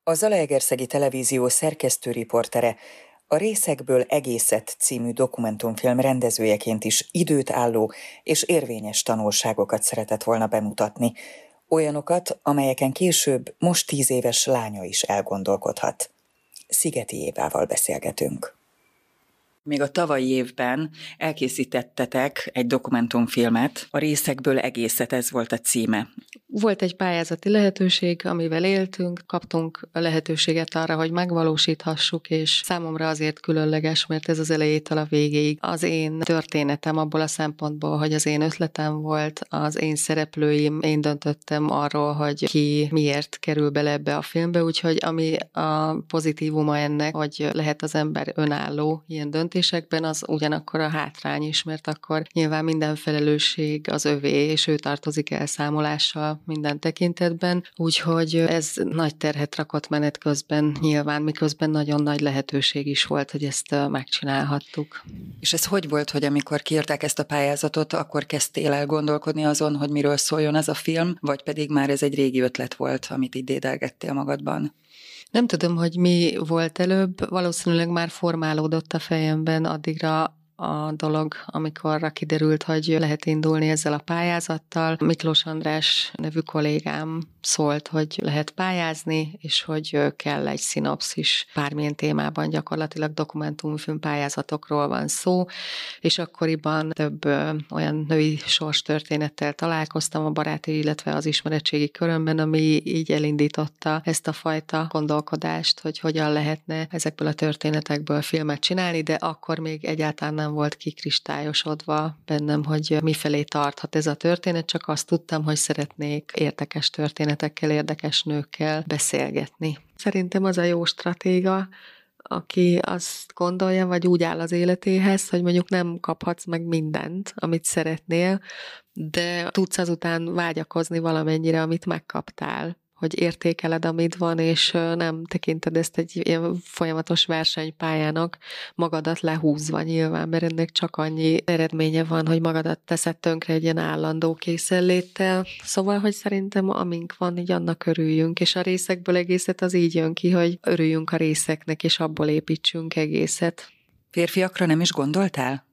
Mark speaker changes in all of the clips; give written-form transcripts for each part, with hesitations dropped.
Speaker 1: A Zalaegerszegi Televízió szerkesztőriportere a Részekből egészet című dokumentumfilm rendezőjeként is időt álló és érvényes tanulságokat szeretett volna bemutatni. Olyanokat, amelyeken később most 10 éves lánya is elgondolkodhat. Szigeti Évával beszélgetünk. Még a tavalyi évben elkészítettetek egy dokumentumfilmet, a Részekből egészet, ez volt a címe.
Speaker 2: Volt egy pályázati lehetőség, amivel éltünk, kaptunk lehetőséget arra, hogy megvalósíthassuk, és számomra azért különleges, mert ez az elejétől a végéig az én történetem abból a szempontból, hogy az én ötletem volt, az én szereplőim, én döntöttem arról, hogy ki miért kerül bele ebbe a filmbe, úgyhogy ami a pozitívuma ennek, hogy lehet az ember önálló ilyen döntésekben, az ugyanakkor a hátrány is, mert akkor nyilván minden felelősség az övé, és ő tartozik elszámolással minden tekintetben, úgyhogy ez nagy terhet rakott menet közben nyilván, miközben nagyon nagy lehetőség is volt, hogy ezt megcsinálhattuk.
Speaker 1: És ez hogy volt, hogy amikor kiírták ezt a pályázatot, akkor kezdtél el gondolkodni azon, hogy miről szóljon ez a film, vagy pedig már ez egy régi ötlet volt, amit így dédelgettél magadban?
Speaker 2: Nem tudom, hogy mi volt előbb, valószínűleg már formálódott a fejemben addigra a dolog, amikor kiderült, hogy lehet indulni ezzel a pályázattal. Miklós András nevű kollégám szólt, hogy lehet pályázni, és hogy kell egy szinopszis. Bármilyen témában gyakorlatilag dokumentumfilm pályázatokról van szó, és akkoriban több olyan női sorstörténettel találkoztam a baráti, illetve az ismeretségi körömben, ami így elindította ezt a fajta gondolkodást, hogy hogyan lehetne ezekből a történetekből filmet csinálni, de akkor még egyáltalán nem volt kikristályosodva bennem, hogy mifelé tarthat ez a történet, csak azt tudtam, hogy szeretnék érdekes történetekkel, érdekes nőkkel beszélgetni. Szerintem az a jó stratéga, aki azt gondolja, vagy úgy áll az életéhez, hogy mondjuk nem kaphatsz meg mindent, amit szeretnél, de tudsz azután vágyakozni valamennyire, amit megkaptál, hogy értékeled, amit van, és nem tekinted ezt egy ilyen folyamatos versenypályának, magadat lehúzva nyilván, mert ennek csak annyi eredménye van, hogy magadat teszed tönkre egy ilyen állandó készenléttel. Szóval, hogy szerintem amink van, így annak örüljünk, és a részekből egészet az így jön ki, hogy örüljünk a részeknek, és abból építsünk egészet.
Speaker 1: Férfiakra nem is gondoltál?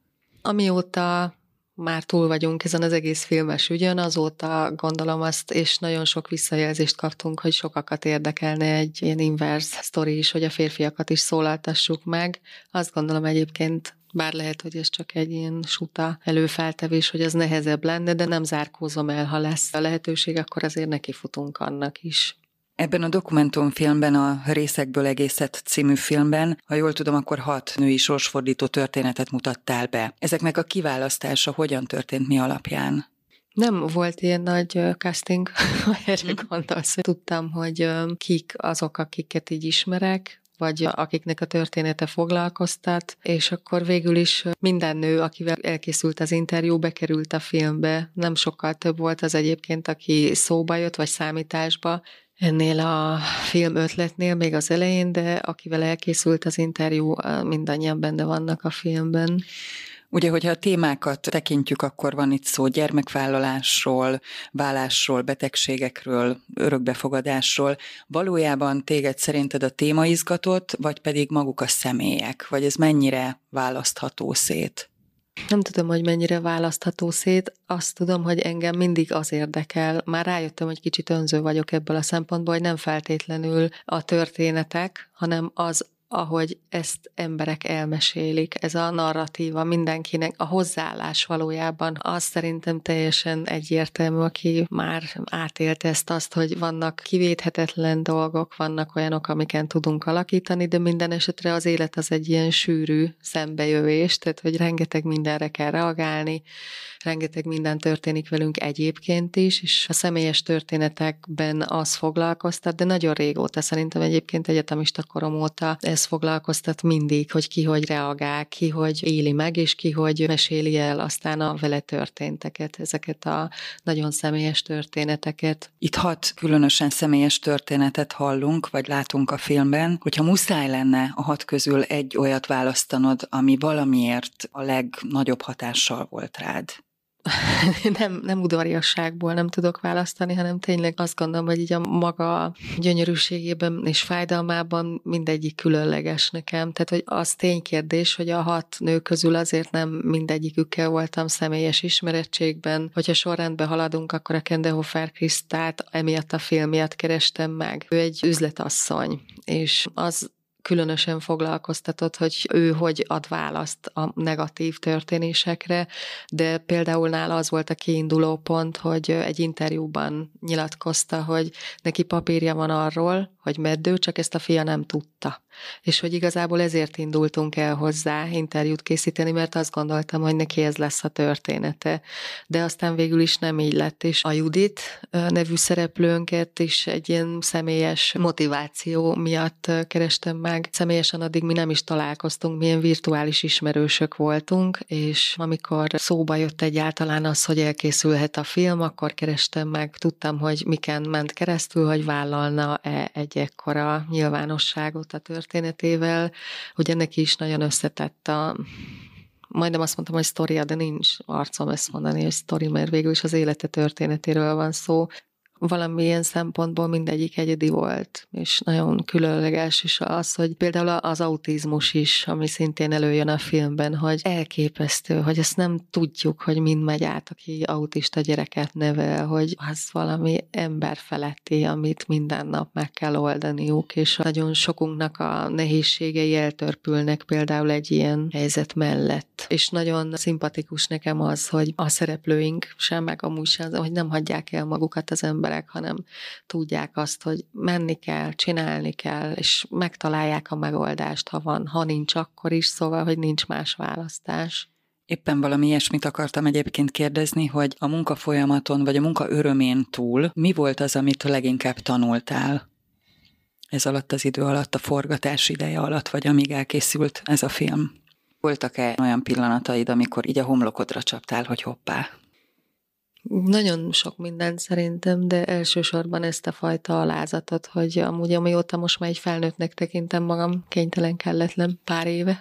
Speaker 2: Amióta már túl vagyunk ezen az egész filmes ügyön, azóta gondolom azt, és nagyon sok visszajelzést kaptunk, hogy sokakat érdekelne egy ilyen inverse sztori is, hogy a férfiakat is szólaltassuk meg. Azt gondolom egyébként, bár lehet, hogy ez csak egy ilyen suta előfeltevés, hogy az nehezebb lenne, de nem zárkózom el, ha lesz a lehetőség, akkor azért nekifutunk annak is.
Speaker 1: Ebben a dokumentumfilmben, a Részekből egészet című filmben, ha jól tudom, akkor 6 női sorsfordító történetet mutattál be. Ezeknek a kiválasztása hogyan történt, mi alapján?
Speaker 2: Nem volt ilyen nagy casting, ha erre gondolsz. Tudtam, hogy kik azok, akiket így ismerek, vagy akiknek a története foglalkoztat, és akkor végül is minden nő, akivel elkészült az interjú, bekerült a filmbe. Nem sokkal több volt az egyébként, aki szóba jött, vagy számításba, ennél a film ötletnél még az elején, de akivel elkészült az interjú, mindannyian benne vannak a filmben.
Speaker 1: Ugye, hogyha a témákat tekintjük, akkor van itt szó gyermekvállalásról, vállásról, betegségekről, örökbefogadásról. Valójában téged szerinted a téma izgatott, vagy pedig maguk a személyek? Vagy ez mennyire választható szét?
Speaker 2: Nem tudom, hogy mennyire választható szét, azt tudom, hogy engem mindig az érdekel. Már rájöttem, hogy kicsit önző vagyok ebből a szempontból, hogy nem feltétlenül a történetek, hanem az, ahogy ezt emberek elmesélik. Ez a narratíva mindenkinek, a hozzáállás valójában, az szerintem teljesen egyértelmű, aki már átélte azt, hogy vannak kivéthetetlen dolgok, vannak olyanok, amiken tudunk alakítani, de minden esetre az élet az egy ilyen sűrű szembejövés, tehát hogy rengeteg mindenre kell reagálni, rengeteg minden történik velünk egyébként is, és a személyes történetekben az foglalkoztat, de nagyon régóta, szerintem egyébként egyetemista korom óta ez foglalkoztat mindig, hogy ki hogy reagál, ki hogy éli meg, és ki hogy meséli el aztán a vele történteket, ezeket a nagyon személyes történeteket.
Speaker 1: Itt 6 különösen személyes történetet hallunk, vagy látunk a filmben. Hogyha muszáj lenne a 6 közül egy olyat választanod, ami valamiért a legnagyobb hatással volt rád,
Speaker 2: nem udvariasságból nem tudok választani, hanem tényleg azt gondolom, hogy így a maga gyönyörűségében és fájdalmában mindegyik különleges nekem. Tehát, hogy az ténykérdés, hogy a 6 nő közül azért nem mindegyikükkel voltam személyes ismerettségben. Hogyha sorrendbe haladunk, akkor a Kendehofer Krisztát emiatt a film miatt kerestem meg. Ő egy üzletasszony, és az különösen foglalkoztatott, hogy ő hogy ad választ a negatív történésekre, de például nála az volt a kiinduló pont, hogy egy interjúban nyilatkozta, hogy neki papírja van arról, hogy meddő, csak ezt a fia nem tudta. És hogy igazából ezért indultunk el hozzá interjút készíteni, mert azt gondoltam, hogy neki ez lesz a története. De aztán végül is nem így lett, és a Judit nevű szereplőnket is egy ilyen személyes motiváció miatt kerestem meg. Személyesen addig mi nem is találkoztunk, milyen virtuális ismerősök voltunk, és amikor szóba jött egyáltalán az, hogy elkészülhet a film, akkor kerestem meg, tudtam, hogy miken ment keresztül, hogy vállalna-e egy ekkora nyilvánosságot a történetével, hogy neki is nagyon összetett majdnem azt mondtam, hogy sztoria, de nincs arcom ezt mondani, hogy sztori, mert végül is az élete történetéről van szó. Valamilyen szempontból mindegyik egyedi volt, és nagyon különleges, és az, hogy például az autizmus is, ami szintén előjön a filmben, hogy elképesztő, hogy ezt nem tudjuk, hogy mind megy át, aki autista gyereket nevel, hogy az valami emberfeletti, amit minden nap meg kell oldaniuk, és nagyon sokunknak a nehézségei eltörpülnek például egy ilyen helyzet mellett. És nagyon szimpatikus nekem az, hogy a szereplőink sem, meg amúgy sem, hogy nem hagyják el magukat az emberek, hanem tudják azt, hogy menni kell, csinálni kell, és megtalálják a megoldást, ha van, ha nincs, akkor is, szóval, hogy nincs más választás.
Speaker 1: Éppen valami ilyesmit akartam egyébként kérdezni, hogy a munkafolyamaton, vagy a munka örömén túl mi volt az, amit leginkább tanultál ez alatt az idő alatt, a forgatás ideje alatt, vagy amíg elkészült ez a film? Voltak-e olyan pillanataid, amikor így a homlokodra csaptál, hogy hoppá?
Speaker 2: Nagyon sok mindent szerintem, de elsősorban ezt a fajta alázatot, hogy amúgy amióta most már egy felnőttnek tekintem magam, kénytelen, kelletlen pár éve,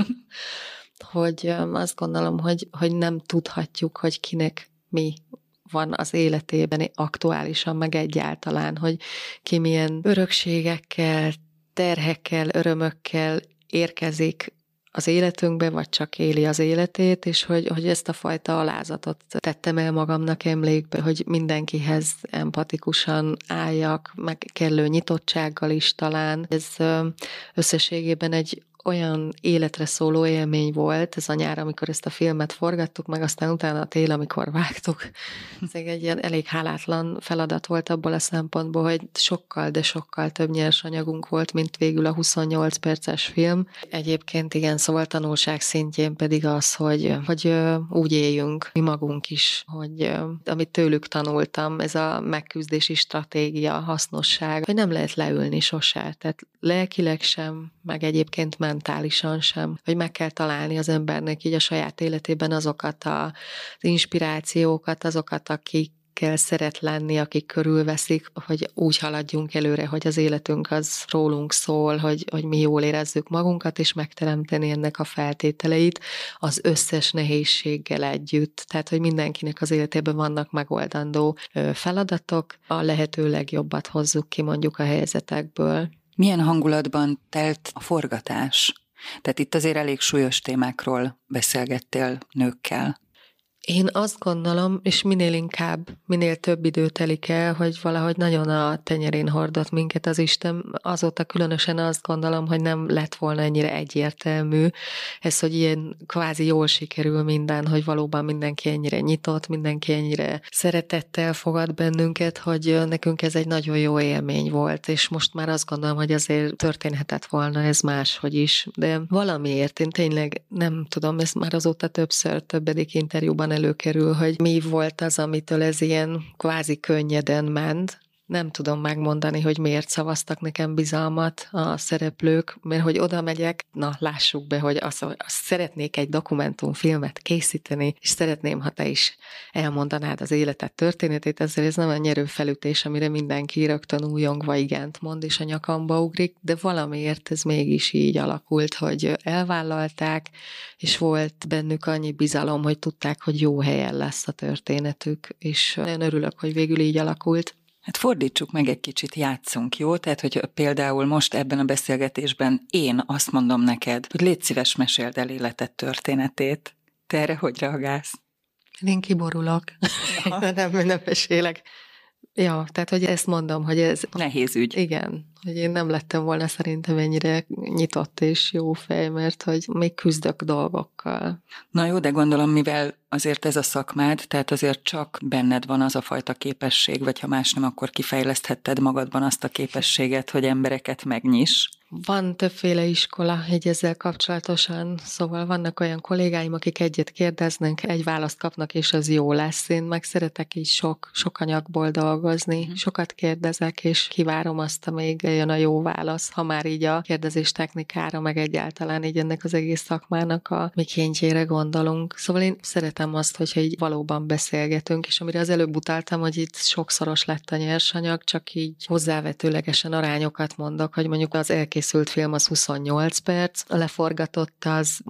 Speaker 2: hogy azt gondolom, hogy nem tudhatjuk, hogy kinek mi van az életében aktuálisan, meg egyáltalán, hogy ki milyen örökségekkel, terhekkel, örömökkel érkezik az életünkbe, vagy csak éli az életét, és hogy ezt a fajta alázatot tettem el magamnak emlékbe, hogy mindenkihez empatikusan álljak, meg kellő nyitottsággal is talán. Ez összességében egy olyan életre szóló élmény volt ez a nyár, amikor ezt a filmet forgattuk, meg aztán utána a tél, amikor vágtuk. Ez egy ilyen elég hálátlan feladat volt abból a szempontból, hogy sokkal, de sokkal több nyersanyagunk volt, mint végül a 28 perces film. Egyébként igen, szóval tanulság szintjén pedig az, hogy úgy éljünk mi magunk is, hogy amit tőlük tanultam, ez a megküzdési stratégia, hasznosság, hogy nem lehet leülni sose, tehát lelkileg sem, meg egyébként mentálisan sem, hogy meg kell találni az embernek így a saját életében azokat az inspirációkat, azokat, akikkel szeret lenni, akik körülveszik, hogy úgy haladjunk előre, hogy az életünk az rólunk szól, hogy mi jól érezzük magunkat, és megteremteni ennek a feltételeit az összes nehézséggel együtt. Tehát, hogy mindenkinek az életében vannak megoldandó feladatok, a lehető legjobbat hozzuk ki mondjuk a helyzetekből.
Speaker 1: Milyen hangulatban telt a forgatás? Tehát itt azért elég súlyos témákról beszélgettél nőkkel.
Speaker 2: Én azt gondolom, és minél több idő telik el, hogy valahogy nagyon a tenyerén hordott minket az Isten. Azóta különösen azt gondolom, hogy nem lett volna ennyire egyértelmű. Ez, hogy ilyen kvázi jól sikerül minden, hogy valóban mindenki ennyire nyitott, mindenki ennyire szeretettel fogad bennünket, hogy nekünk ez egy nagyon jó élmény volt, és most már azt gondolom, hogy azért történhetett volna ez máshogy is. De valamiért én tényleg nem tudom, ez már azóta többedik interjúban előkerül, hogy mi volt az, amitől ez ilyen kvázi könnyeden ment, Nem tudom megmondani, hogy miért szavaztak nekem bizalmat a szereplők, mert hogy oda megyek, na lássuk be, hogy azt szeretnék egy dokumentumfilmet készíteni, és szeretném, ha te is elmondanád az életed történetét, ezzel ez nem egy nyerőfelütés, amire mindenki rögtön újongva igent mond, és a nyakamba ugrik, de valamiért ez mégis így alakult, hogy elvállalták, és volt bennük annyi bizalom, hogy tudták, hogy jó helyen lesz a történetük, és nagyon örülök, hogy végül így alakult.
Speaker 1: Hát fordítsuk meg egy kicsit, játszunk, jó? Tehát, hogy például most ebben a beszélgetésben én azt mondom neked, hogy légy szíves, meséld el életed történetét. Te erre hogy reagálsz?
Speaker 2: Én kiborulok. nem mesélek. Ja, tehát, hogy ezt mondom, hogy ez...
Speaker 1: Nehéz ügy.
Speaker 2: Igen, hogy én nem lettem volna szerintem ennyire nyitott és jó fej, mert hogy még küzdök dolgokkal.
Speaker 1: Na jó, de gondolom, mivel azért ez a szakmád, tehát azért csak benned van az a fajta képesség, vagy ha más nem, akkor kifejleszthetted magadban azt a képességet, hogy embereket megnyiss.
Speaker 2: Van többféle iskola egy ezzel kapcsolatosan, szóval vannak olyan kollégáim, akik egyet kérdeznek, egy választ kapnak, és az jó lesz. Én meg szeretek így sok anyagból dolgozni, sokat kérdezek, és kivárom azt, amíg jön a jó válasz, ha már így a kérdezés technikára, meg egyáltalán így ennek az egész szakmának a mikéntjére gondolunk. Szóval én szeretem azt, hogyha így valóban beszélgetünk, és amire az előbb utaltam, hogy itt sokszoros lett a nyersanyag, csak így hozzávetőlegesen arányokat mondok, hogy mondjuk az elkészült film az 28 perc, a leforgatott az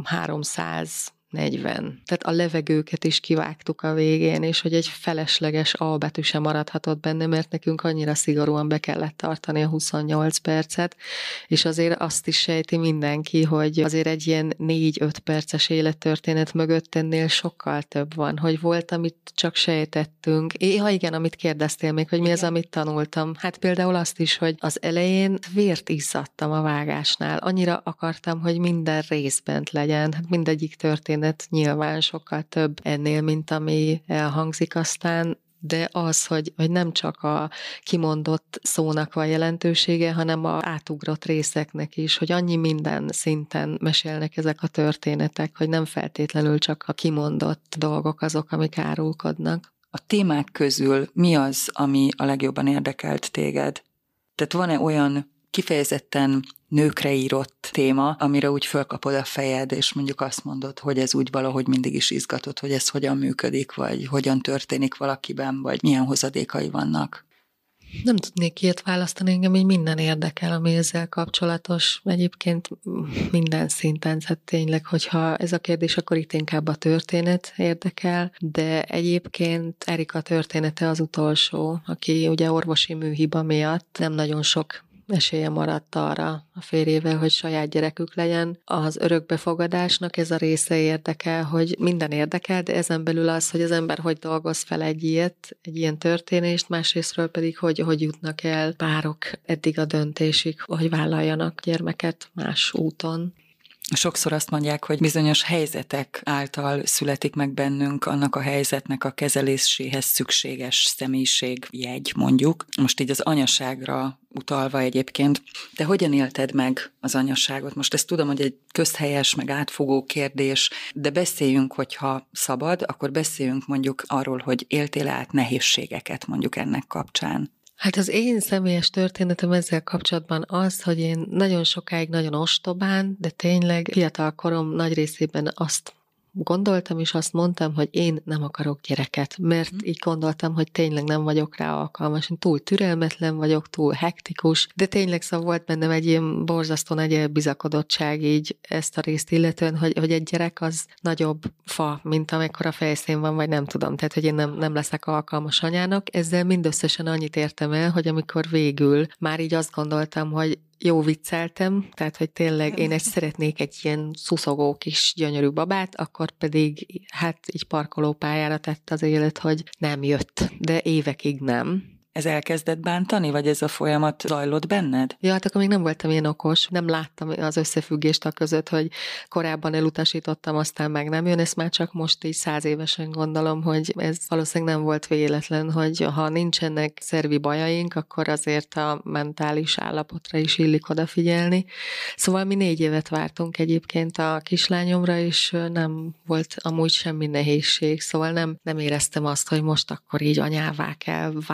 Speaker 2: 340. Tehát a levegőket is kivágtuk a végén, és hogy egy felesleges A betű sem maradhatott benne, mert nekünk annyira szigorúan be kellett tartani a 28 percet, és azért azt is sejti mindenki, hogy azért egy ilyen 4-5 perces élettörténet mögött ennél sokkal több van, hogy volt, amit csak sejtettünk. Igen, amit kérdeztél még, hogy mi az, amit tanultam. Hát például azt is, hogy az elején vért izzadtam a vágásnál. Annyira akartam, hogy minden rész bent legyen, hát mindegyik történet nyilván sokkal több ennél, mint ami elhangzik aztán, de az, hogy nem csak a kimondott szónak van jelentősége, hanem a átugrott részeknek is, hogy annyi minden szinten mesélnek ezek a történetek, hogy nem feltétlenül csak a kimondott dolgok azok, amik árulkodnak.
Speaker 1: A témák közül mi az, ami a legjobban érdekelt téged? Tehát van-e olyan kifejezetten nőkre írott téma, amire úgy fölkapod a fejed, és mondjuk azt mondod, hogy ez úgy valahogy mindig is izgatott, hogy ez hogyan működik, vagy hogyan történik valakiben, vagy milyen hozadékai vannak?
Speaker 2: Nem tudnék ilyet választani, engem így minden érdekel, ami ezzel kapcsolatos. Egyébként minden szinten, tehát tényleg, hogyha ez a kérdés, akkor itt inkább a történet érdekel, de egyébként Erika története az utolsó, aki ugye orvosi műhiba miatt nem nagyon sok esélye maradt arra a férjével, hogy saját gyerekük legyen. Az örökbefogadásnak ez a része érdekel, hogy minden érdekel, de ezen belül az, hogy az ember hogy dolgoz fel egy ilyen történést, másrésztről pedig, hogy jutnak el párok eddig a döntésig, hogy vállaljanak gyermeket más úton.
Speaker 1: Sokszor azt mondják, hogy bizonyos helyzetek által születik meg bennünk annak a helyzetnek a kezeléséhez szükséges személyiségjegy, mondjuk. Most így az anyaságra utalva egyébként. De hogyan élted meg az anyaságot? Most ezt tudom, hogy egy közhelyes, meg átfogó kérdés, de beszéljünk, hogyha szabad, akkor beszéljünk mondjuk arról, hogy éltél át nehézségeket mondjuk ennek kapcsán.
Speaker 2: Hát az én személyes történetem ezzel kapcsolatban az, hogy én nagyon sokáig nagyon ostobán, de tényleg fiatal korom nagy részében azt gondoltam, és azt mondtam, hogy én nem akarok gyereket, mert így gondoltam, hogy tényleg nem vagyok rá alkalmas. Én túl türelmetlen vagyok, túl hektikus, de tényleg szóval volt bennem egy ilyen borzasztó nagy bizakodottság így ezt a részt illetően, hogy egy gyerek az nagyobb fa, mint amekkora fejszín van, vagy nem tudom, tehát hogy én nem leszek alkalmas anyának. Ezzel mindösszesen annyit értem el, hogy amikor végül már így azt gondoltam, hogy jó vicceltem, tehát, hogy tényleg én szeretnék egy ilyen szuszogó kis gyönyörű babát, akkor pedig hát így parkolópályára tett az élet, hogy nem jött, de évekig nem.
Speaker 1: Ez elkezdett bántani, vagy ez a folyamat zajlott benned?
Speaker 2: Ja, hát akkor még nem voltam ilyen okos, nem láttam az összefüggést a között, hogy korábban elutasítottam, aztán meg nem jön, ezt már csak most így 100 évesen gondolom, hogy ez valószínűleg nem volt véletlen, hogy ha nincsenek szervi bajaink, akkor azért a mentális állapotra is illik odafigyelni. Szóval mi 4 évet vártunk egyébként a kislányomra, és nem volt amúgy semmi nehézség, szóval nem éreztem azt, hogy most akkor így anyává kell válnom,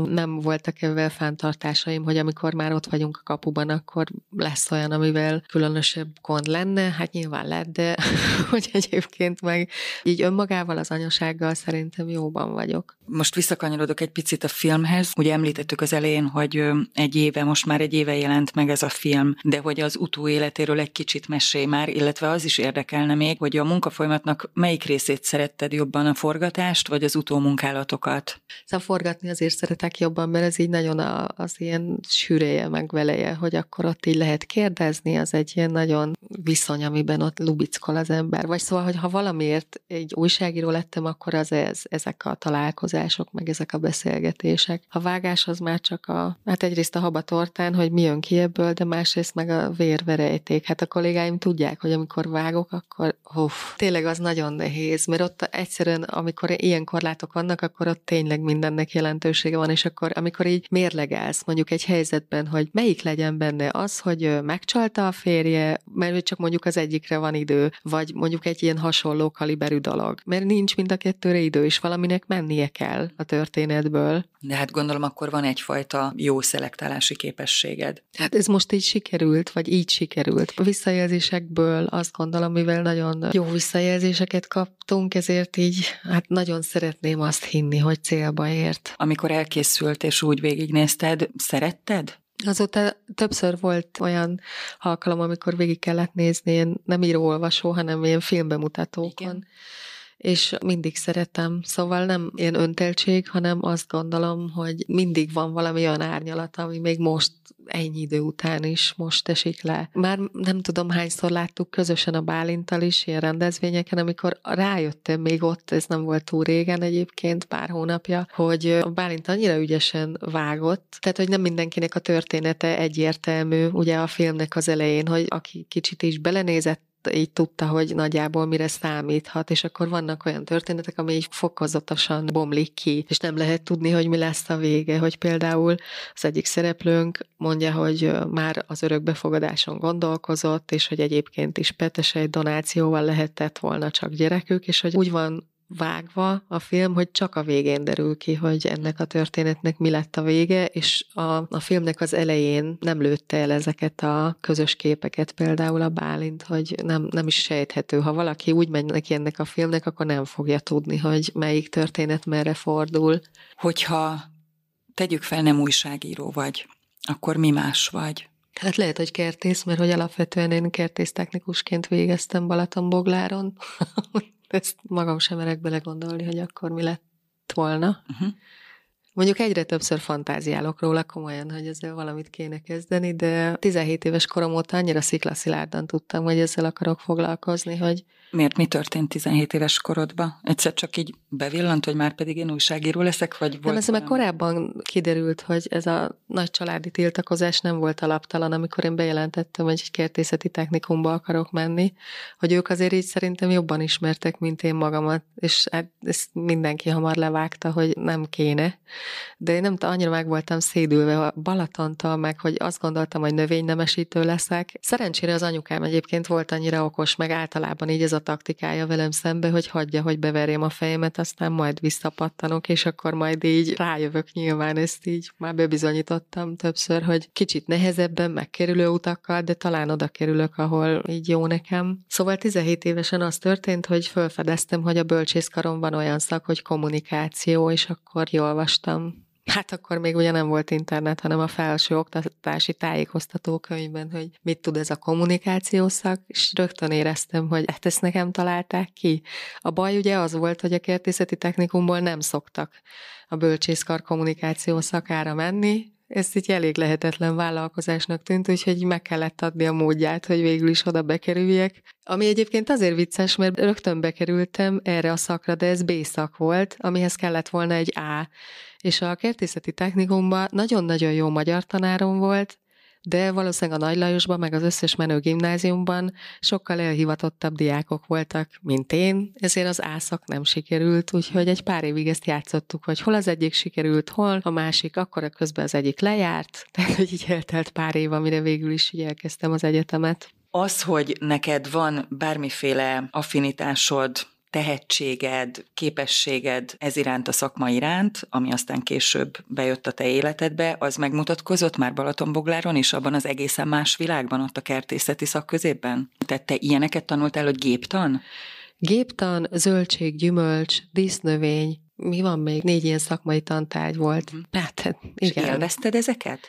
Speaker 2: nem voltak ebben fenntartásaim, hogy amikor már ott vagyunk a kapuban, akkor lesz olyan, amivel különösebb gond lenne. Hát nyilván lett, de hogy egyébként meg így önmagával, az anyasággal szerintem jóban vagyok.
Speaker 1: Most visszakanyarodok egy picit a filmhez. Ugye említettük az elején, hogy most már egy éve jelent meg ez a film, de hogy az utóéletéről egy kicsit mesélj már, illetve az is érdekelne még, hogy a munkafolyamatnak melyik részét szeretted jobban, a forgatást, vagy az utómunkálatokat?
Speaker 2: Szóval forgatni azért szeretek jobban, mert ez így nagyon az ilyen sűrűje meg veleje, hogy akkor ott így lehet kérdezni, az egy ilyen nagyon viszony, amiben ott lubickol az ember. Vagy szóval, hogy ha valamiért egy újságíró lettem, akkor ezek a találkozások, meg ezek a beszélgetések. A vágás az már csak hát egyrészt a habatortán, hogy mi jön ki ebből, de másrészt meg a vérverejték. Hát a kollégáim tudják, hogy amikor vágok, akkor tényleg az nagyon nehéz, mert ott egyszerűen, amikor ilyen korlátok vannak, akkor ott tényleg mindennek jelentősége van, és akkor, amikor így mérlegelsz mondjuk egy helyzetben, hogy melyik legyen benne az, hogy megcsalta a férje, mert csak mondjuk az egyikre van idő, vagy mondjuk egy ilyen hasonló kaliberű dolog. Mert nincs mind a kettőre idő, és valaminek mennie kell a történetből.
Speaker 1: De hát gondolom, akkor van egyfajta jó szelektálási képességed.
Speaker 2: Hát ez most így sikerült, vagy így sikerült. A visszajelzésekből azt gondolom, mivel nagyon jó visszajelzéseket kaptunk, ezért így hát nagyon szeretném azt hinni, hogy célba ért.
Speaker 1: Amikor elkészült és úgy végignézted, szeretted?
Speaker 2: Azóta többször volt olyan alkalom, amikor végig kellett nézni, én nem író-olvasó, hanem ilyen filmbemutatókon. Igen. És mindig szeretem. Szóval nem ilyen önteltség, hanem azt gondolom, hogy mindig van valami olyan árnyalat, ami még most ennyi idő után is most esik le. Már nem tudom, hányszor láttuk közösen a Bálinttal is ilyen rendezvényeken, amikor rájöttem még ott, ez nem volt túl régen egyébként, pár hónapja, hogy a Bálint annyira ügyesen vágott, tehát, hogy nem mindenkinek a története egyértelmű, ugye a filmnek az elején, hogy aki kicsit is belenézett, így tudta, hogy nagyjából mire számíthat, és akkor vannak olyan történetek, ami így fokozatosan bomlik ki, és nem lehet tudni, hogy mi lesz a vége, hogy például az egyik szereplőnk mondja, hogy már az örökbefogadáson gondolkozott, és hogy egyébként is petesej donációval lehetett volna csak gyerekük, és hogy úgy van vágva a film, hogy csak a végén derül ki, hogy ennek a történetnek mi lett a vége, és a filmnek az elején nem lőtte el ezeket a közös képeket, például a Bálint, hogy nem is sejthető. Ha valaki úgy megy neki ennek a filmnek, akkor nem fogja tudni, hogy melyik történet merre fordul.
Speaker 1: Hogyha tegyük fel, nem újságíró vagy, akkor mi más vagy?
Speaker 2: Hát lehet, hogy kertész, mert hogy alapvetően én kertésztechnikusként végeztem Balatonbogláron. Ezt magam sem merek belegondolni, hogy akkor mi lett volna. Uh-huh. Mondjuk egyre többször fantáziálok róla komolyan, hogy ezzel valamit kéne kezdeni, de 17 éves korom óta annyira sziklaszilárdan tudtam, hogy ezzel akarok foglalkozni, hogy...
Speaker 1: Miért? Mi történt 17 éves korodban? Egyszer csak így bevillant, hogy már pedig én újságíró leszek, vagy volt?
Speaker 2: Nem, ez már korábban kiderült, hogy ez a nagy családi tiltakozás nem volt alaptalan, amikor én bejelentettem, hogy egy kertészeti technikumba akarok menni, hogy ők azért így szerintem jobban ismertek, mint én magamat, és ezt mindenki hamar levágta, hogy nem kéne. De én nem annyira meg voltam szédülve a Balatontal, meg hogy azt gondoltam, hogy növénynemesítő leszek. Szerencsére az anyukám egyébként volt annyira okos, meg általában így ez a taktikája velem szembe, hogy hagyja, hogy beverjem a fejemet, aztán majd visszapattanok, és akkor majd így rájövök, nyilván ezt így már bebizonyítottam többször, hogy kicsit nehezebben, meg kerülő utakkal, de talán oda kerülök, ahol így jó nekem. Szóval 17 évesen az történt, hogy felfedeztem, hogy a bölcsészkaron van olyan szak, hogy kommunikáció, és akkor olvastam. Hát akkor még ugye nem volt internet, hanem a felső oktatási tájékoztatókönyvben, hogy mit tud ez a kommunikációs szak, és rögtön éreztem, hogy hát ezt nekem találták ki. A baj ugye az volt, hogy a kertészeti technikumból nem szoktak a bölcsészkar kommunikációs szakára menni, ez így elég lehetetlen vállalkozásnak tűnt, úgyhogy meg kellett adni a módját, hogy végül is oda bekerüljek. Ami egyébként azért vicces, mert rögtön bekerültem erre a szakra, de ez B szak volt, amihez kellett volna egy A. És a kertészeti technikumban nagyon-nagyon jó magyar tanárom volt, de valószínűleg a Nagy Lajosban, meg az összes menő gimnáziumban sokkal elhivatottabb diákok voltak, mint én, ezért az A-szak nem sikerült, úgyhogy egy pár évig ezt játszottuk, hogy hol az egyik sikerült, hol a másik, akkor közben az egyik lejárt, tehát hogy így eltelt pár év, amire végül is így elkezdtem az egyetemet.
Speaker 1: Az, hogy neked van bármiféle affinitásod tehetséged, képességed ez iránt, a szakma iránt, ami aztán később bejött a te életedbe, az megmutatkozott már Balatonbogláron is, abban az egészen más világban, ott a kertészeti szakközépben? Tehát te ilyeneket tanultál, hogy géptan?
Speaker 2: Géptan, zöldség, gyümölcs, dísznövény, mi van még? 4 ilyen szakmai tantárgy volt. Hát, igen.
Speaker 1: És élvezted ezeket?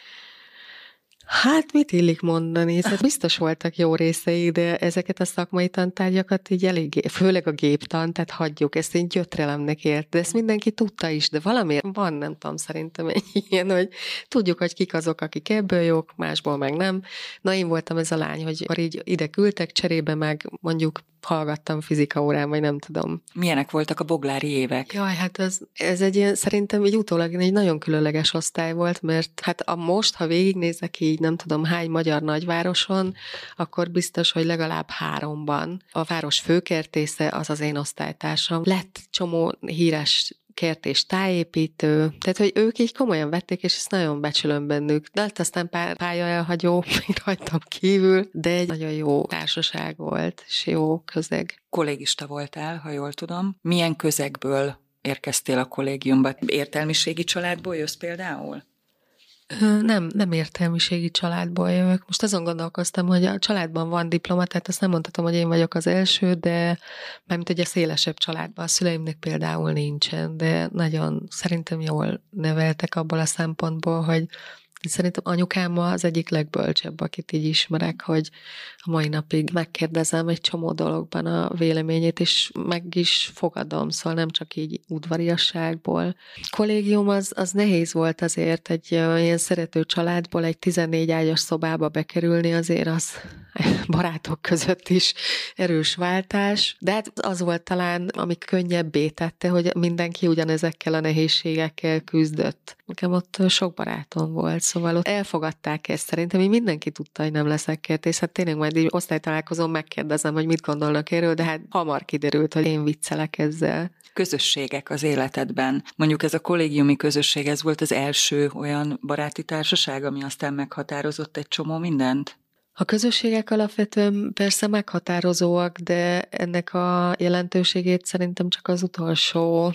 Speaker 2: Hát mit illik mondani? Biztos voltak jó részei, de ezeket a szakmai tantárgyakat így eléggé, főleg a géptan, tehát hagyjuk, ezt én gyötrelemnek ért, de ezt mindenki tudta is, de valamiért van, nem tudom, szerintem egy ilyen, hogy tudjuk, hogy kik azok, akik ebből jók, másból meg nem. Na, én voltam ez a lány, hogy így ide küldtek, cserébe meg mondjuk hallgattam fizika órán, vagy nem tudom.
Speaker 1: Milyenek voltak a boglári évek?
Speaker 2: Jaj, hát ez egy ilyen, szerintem így utólag egy nagyon különleges osztály volt, mert hát most, ha végignézek így, nem tudom hány magyar nagyvároson, akkor biztos, hogy legalább 3-ban. A város főkertésze az az én osztálytársam. Lett csomó híres kert és tájépítő, tehát, hogy ők így komolyan vették, és ezt nagyon becsülöm bennük. De hát aztán pálya elhagyó, még rajtam kívül, de egy nagyon jó társaság volt, és jó közeg.
Speaker 1: Kollégista voltál, ha jól tudom. Milyen közegből érkeztél a kollégiumba? Értelmiségi családból jössz például?
Speaker 2: Nem értelmiségi családból jövök. Most azon gondolkoztam, hogy a családban van diploma, tehát azt nem mondhatom, hogy én vagyok az első, de mármint ugye szélesebb családban, a szüleimnek például nincsen, de nagyon szerintem jól neveltek abból a szempontból, hogy szerintem anyukám az egyik legbölcsebb, akit így ismerek, hogy a mai napig megkérdezem egy csomó dologban a véleményét, és meg is fogadom, szóval nem csak így udvariasságból. Kollégium az nehéz volt azért, egy ilyen szerető családból egy 14 ágyas szobába bekerülni, azért az barátok között is erős váltás, de hát az volt talán, ami könnyebbé tette, hogy mindenki ugyanezekkel a nehézségekkel küzdött. Nekem ott sok barátom volt, szóval ott elfogadták ezt. Szerintem így mindenki tudta, hogy nem leszek kertész. Hát tényleg majd így osztálytalálkozón megkérdezem, hogy mit gondolnak erről, de hát hamar kiderült, hogy én viccelek ezzel.
Speaker 1: Közösségek az életedben. Mondjuk ez a kollégiumi közösség, ez volt az első olyan baráti társaság, ami aztán meghatározott egy csomó mindent?
Speaker 2: A közösségek alapvetően persze meghatározóak, de ennek a jelentőségét szerintem csak az utolsó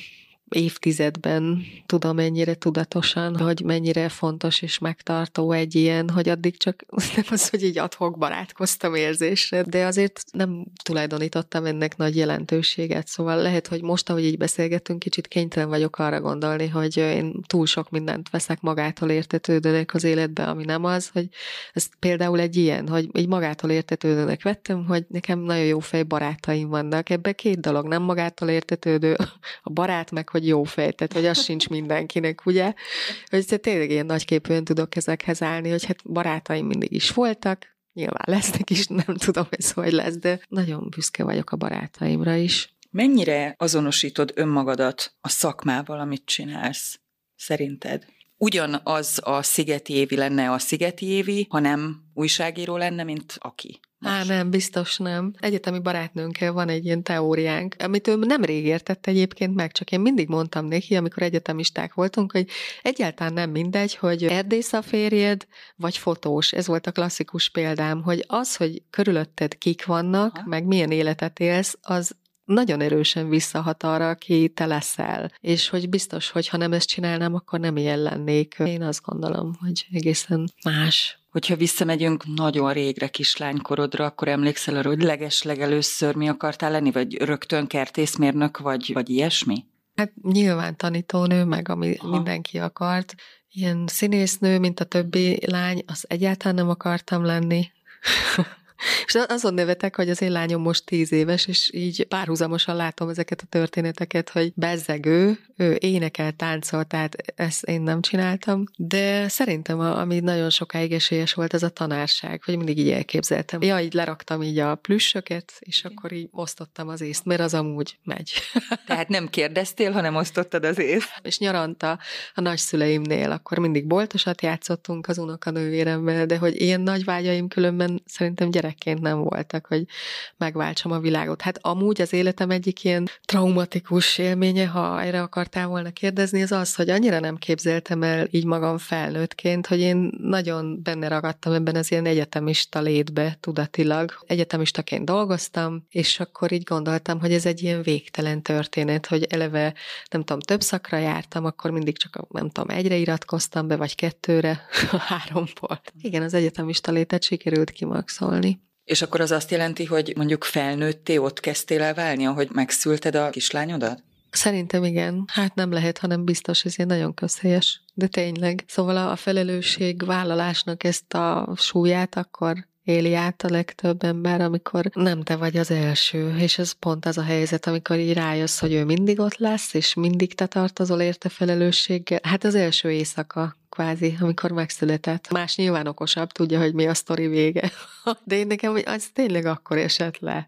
Speaker 2: évtizedben tudom ennyire tudatosan, hogy mennyire fontos és megtartó egy ilyen, hogy addig csak nem az, hogy így ad hoc barátkoztam érzésre, de azért nem tulajdonítottam ennek nagy jelentőséget, szóval lehet, hogy most, ahogy így beszélgetünk, kicsit kénytelen vagyok arra gondolni, hogy én túl sok mindent veszek magától értetődőnek az életbe, ami nem az, hogy ez például egy ilyen, hogy így magától értetődőnek vettem, hogy nekem nagyon jó fej barátaim vannak. Ebben 2 dolog, nem magától értetődő a barát, meg hogy jó fej, tehát hogy az sincs mindenkinek, ugye? Hogy tényleg ilyen nagyképűen tudok ezekhez állni, hogy hát barátaim mindig is voltak, nyilván lesznek is, nem tudom, ez hogy lesz, de nagyon büszke vagyok a barátaimra is.
Speaker 1: Mennyire azonosítod önmagadat a szakmával, amit csinálsz, szerinted? Ugyanaz a Szigeti Évi lenne a Szigeti Évi, ha nem újságíró lenne, mint aki?
Speaker 2: Nem, biztos nem. Egyetemi barátnőnkkel van egy ilyen teóriánk, amit ő nem rég értett egyébként meg, csak én mindig mondtam neki, amikor egyetemisták voltunk, hogy egyáltalán nem mindegy, hogy erdész a férjed, vagy fotós. Ez volt a klasszikus példám, hogy az, hogy körülötted kik vannak, meg milyen életet élsz, az nagyon erősen visszahat arra, aki te leszel. És hogy biztos, hogy ha nem ezt csinálnám, akkor nem ilyen lennék. Én azt gondolom, hogy egészen más.
Speaker 1: Hogyha visszamegyünk nagyon régre kislánykorodra, akkor emlékszel arra, hogy legeslegelőször mi akartál lenni, vagy rögtön kertészmérnök, vagy ilyesmi?
Speaker 2: Hát nyilván tanítónő, meg ami mindenki akart. Ilyen színésznő, mint a többi lány, az egyáltalán nem akartam lenni. És azon nevetek, hogy az én lányom most 10 éves, és így párhuzamosan látom ezeket a történeteket, hogy bezzeg ő énekel, táncol, tehát ezt én nem csináltam, de szerintem ami nagyon sokáig esélyes volt, az a tanárság, hogy mindig így elképzeltem. Ja, így leraktam így a plüssöket, és akkor így osztottam az észt, mert az amúgy megy.
Speaker 1: Tehát nem kérdeztél, hanem osztottad az észt?
Speaker 2: És nyaranta a nagyszüleimnél, akkor mindig boltosat játszottunk az unokanővéremmel, de hogy ilyen nagy vágyaim különben szerintem gyerekkoromban kisgyerekként nem voltak, hogy megváltsam a világot. Hát amúgy az életem egyik ilyen traumatikus élménye, ha erre akartál volna kérdezni, az az, hogy annyira nem képzeltem el így magam felnőttként, hogy én nagyon benne ragadtam ebben az ilyen egyetemista létbe tudatilag. Egyetemistaként dolgoztam, és akkor így gondoltam, hogy ez egy ilyen végtelen történet, hogy eleve, nem tudom, több szakra jártam, akkor mindig csak, nem tudom, egyre iratkoztam be, vagy kettőre, 3-ból. Igen, az egyetemista létet sikerült kimaxolni.
Speaker 1: És akkor az azt jelenti, hogy mondjuk felnőtté, ott kezdtél el válni, ahogy megszülted a kislányodat?
Speaker 2: Szerintem igen. Hát nem lehet, hanem biztos, ez ilyen nagyon közhelyes. De tényleg. Szóval a felelősség vállalásnak ezt a súlyát akkor éli át a legtöbb ember, amikor nem te vagy az első, és ez pont az a helyzet, amikor így rájössz, hogy ő mindig ott lesz, és mindig te tartozol érte felelősséggel. Hát az első éjszaka kvázi, amikor megszületett. Más nyilván okosabb, tudja, hogy mi a sztori vége. De én nekem az tényleg akkor esett le.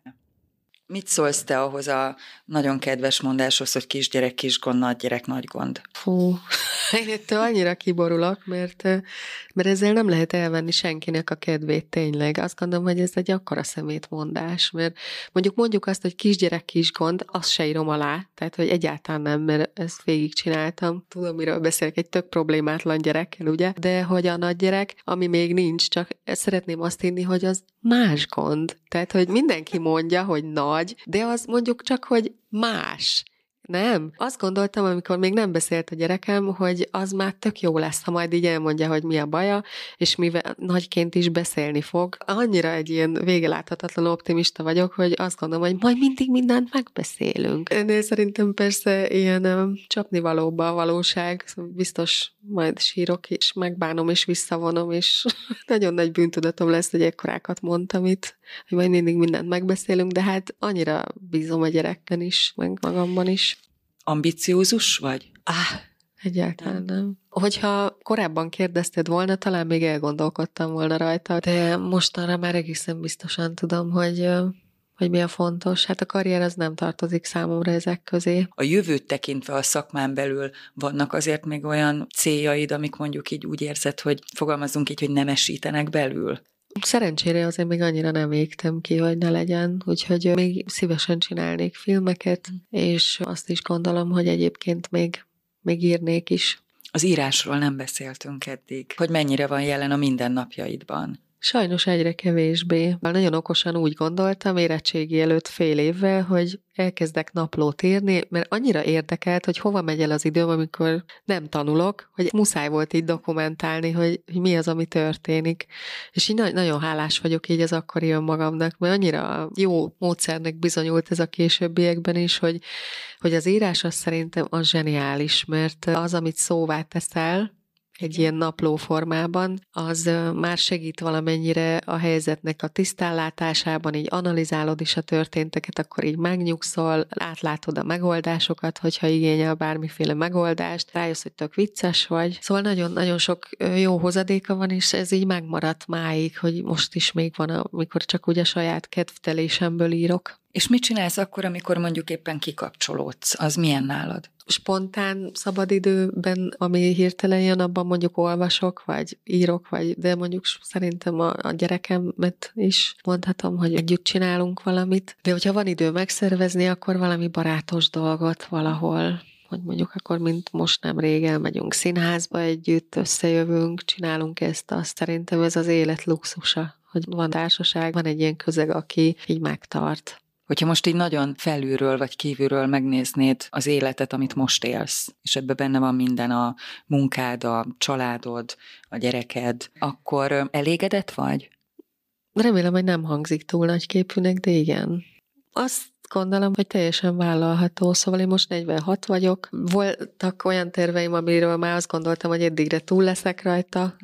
Speaker 1: Mit szólsz te ahhoz a nagyon kedves mondáshoz, hogy kisgyerek, kisgond, nagygyerek, nagy gond?
Speaker 2: Fú, én ettől annyira kiborulok, mert ezzel nem lehet elvenni senkinek a kedvét tényleg. Azt gondolom, hogy ez egy akkora szemétmondás, mert mondjuk azt, hogy kisgyerek, kisgond, azt se írom alá, tehát hogy egyáltalán nem, mert ezt végigcsináltam. Tudom, miről beszélek, egy tök problémátlan gyerekkel, ugye? De hogy a nagygyerek, ami még nincs, csak szeretném azt hinni, hogy az más gond. Tehát, hogy mindenki mondja, hogy nagy, de az mondjuk csak, hogy más. Nem. Azt gondoltam, amikor még nem beszélt a gyerekem, hogy az már tök jó lesz, ha majd így elmondja, hogy mi a baja, és mivel nagyként is beszélni fog. Annyira egy ilyen végeláthatatlan optimista vagyok, hogy azt gondolom, hogy majd mindig mindent megbeszélünk. Ennél szerintem persze ilyen csapnivalóba a valóság, biztos majd sírok, és megbánom, és visszavonom, és nagyon nagy bűntudatom lesz, hogy ekkorákat mondtam itt, hogy majd mindig mindent megbeszélünk, de hát annyira bízom a gyerekben is, meg magamban is.
Speaker 1: Ambiciózus vagy?
Speaker 2: Egyáltalán nem. Hogyha korábban kérdezted volna, talán még elgondolkodtam volna rajta, de mostanra már egészen biztosan tudom, hogy mi a fontos. Hát a karrier az nem tartozik számomra ezek közé.
Speaker 1: A jövőt tekintve a szakmán belül vannak azért még olyan céljaid, amik mondjuk így úgy érzed, hogy fogalmazunk így, hogy nemesítenek belül?
Speaker 2: Szerencsére azért még annyira nem égtem ki, hogy ne legyen, úgyhogy még szívesen csinálnék filmeket, és azt is gondolom, hogy egyébként még írnék is.
Speaker 1: Az írásról nem beszéltünk eddig, hogy mennyire van jelen a mindennapjaidban.
Speaker 2: Sajnos egyre kevésbé. Nagyon okosan úgy gondoltam érettségi előtt fél évvel, hogy elkezdek naplót írni, mert annyira érdekelt, hogy hova megy el az időm, amikor nem tanulok, hogy muszáj volt így dokumentálni, hogy mi az, ami történik. És így nagyon hálás vagyok így az akkori önmagamnak, mert annyira jó módszernek bizonyult ez a későbbiekben is, hogy az írás az szerintem az zseniális, mert az, amit szóvá teszel, egy ilyen napló formában, az már segít valamennyire a helyzetnek a tisztánlátásában, így analizálod is a történteket, akkor így megnyugszol, átlátod a megoldásokat, hogyha igényel bármiféle megoldást, rájössz, hogy tök vicces vagy. Szóval nagyon-nagyon sok jó hozadéka van, és ez így megmaradt máig, hogy most is még van, amikor csak úgy a saját kedvtelésemből írok.
Speaker 1: És mit csinálsz akkor, amikor mondjuk éppen kikapcsolódsz? Az milyen nálad?
Speaker 2: Spontán szabadidőben, ami hirtelen jön, abban mondjuk olvasok, vagy írok, de mondjuk szerintem a gyerekemet is mondhatom, hogy együtt csinálunk valamit. De hogyha van idő megszervezni, akkor valami barátos dolgot valahol, hogy mondjuk akkor, mint most nem rég elmegyünk színházba együtt, összejövünk, csinálunk azt. Szerintem ez az élet luxusa, hogy van társaság, van egy ilyen közeg, aki így megtart.
Speaker 1: Hogyha most így nagyon felülről vagy kívülről megnéznéd az életet, amit most élsz, és ebben benne van minden, a munkád, a családod, a gyereked, akkor elégedett vagy?
Speaker 2: Remélem, hogy nem hangzik túl nagyképűnek, de igen. Azt gondolom, hogy teljesen vállalható, szóval én most 46 vagyok. Voltak olyan terveim, amiről már azt gondoltam, hogy eddigre túl leszek rajta,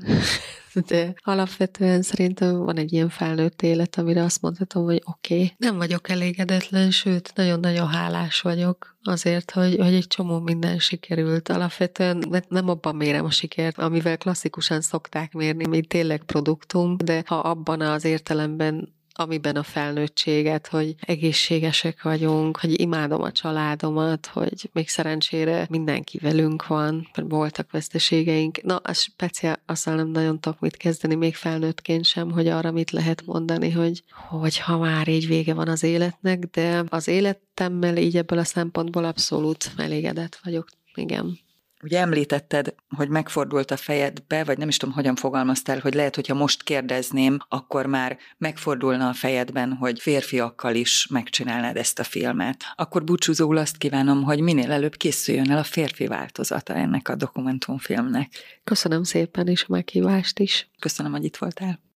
Speaker 2: de alapvetően szerintem van egy ilyen felnőtt élet, amire azt mondhatom, hogy oké. Nem vagyok elégedetlen, sőt, nagyon-nagyon hálás vagyok azért, hogy egy csomó minden sikerült. Alapvetően nem abban mérem a sikert, amivel klasszikusan szokták mérni, mint tényleg produktum, de ha abban az értelemben amiben a felnőttséget, hogy egészségesek vagyunk, hogy imádom a családomat, hogy még szerencsére mindenki velünk van, voltak veszteségeink. Na, az speciál, azzal nem nagyon tudok mit kezdeni, még felnőttként sem, hogy arra mit lehet mondani, hogy ha már így vége van az életnek, de az életemmel így ebből a szempontból abszolút elégedett vagyok. Igen.
Speaker 1: Ugye említetted, hogy megfordult a fejedbe, vagy nem is tudom, hogyan fogalmaztál, hogy lehet, hogyha most kérdezném, akkor már megfordulna a fejedben, hogy férfiakkal is megcsinálnád ezt a filmet. Akkor búcsúzóul azt kívánom, hogy minél előbb készüljön el a férfi változata ennek a dokumentumfilmnek.
Speaker 2: Köszönöm szépen is a meghívást is.
Speaker 1: Köszönöm, hogy itt voltál.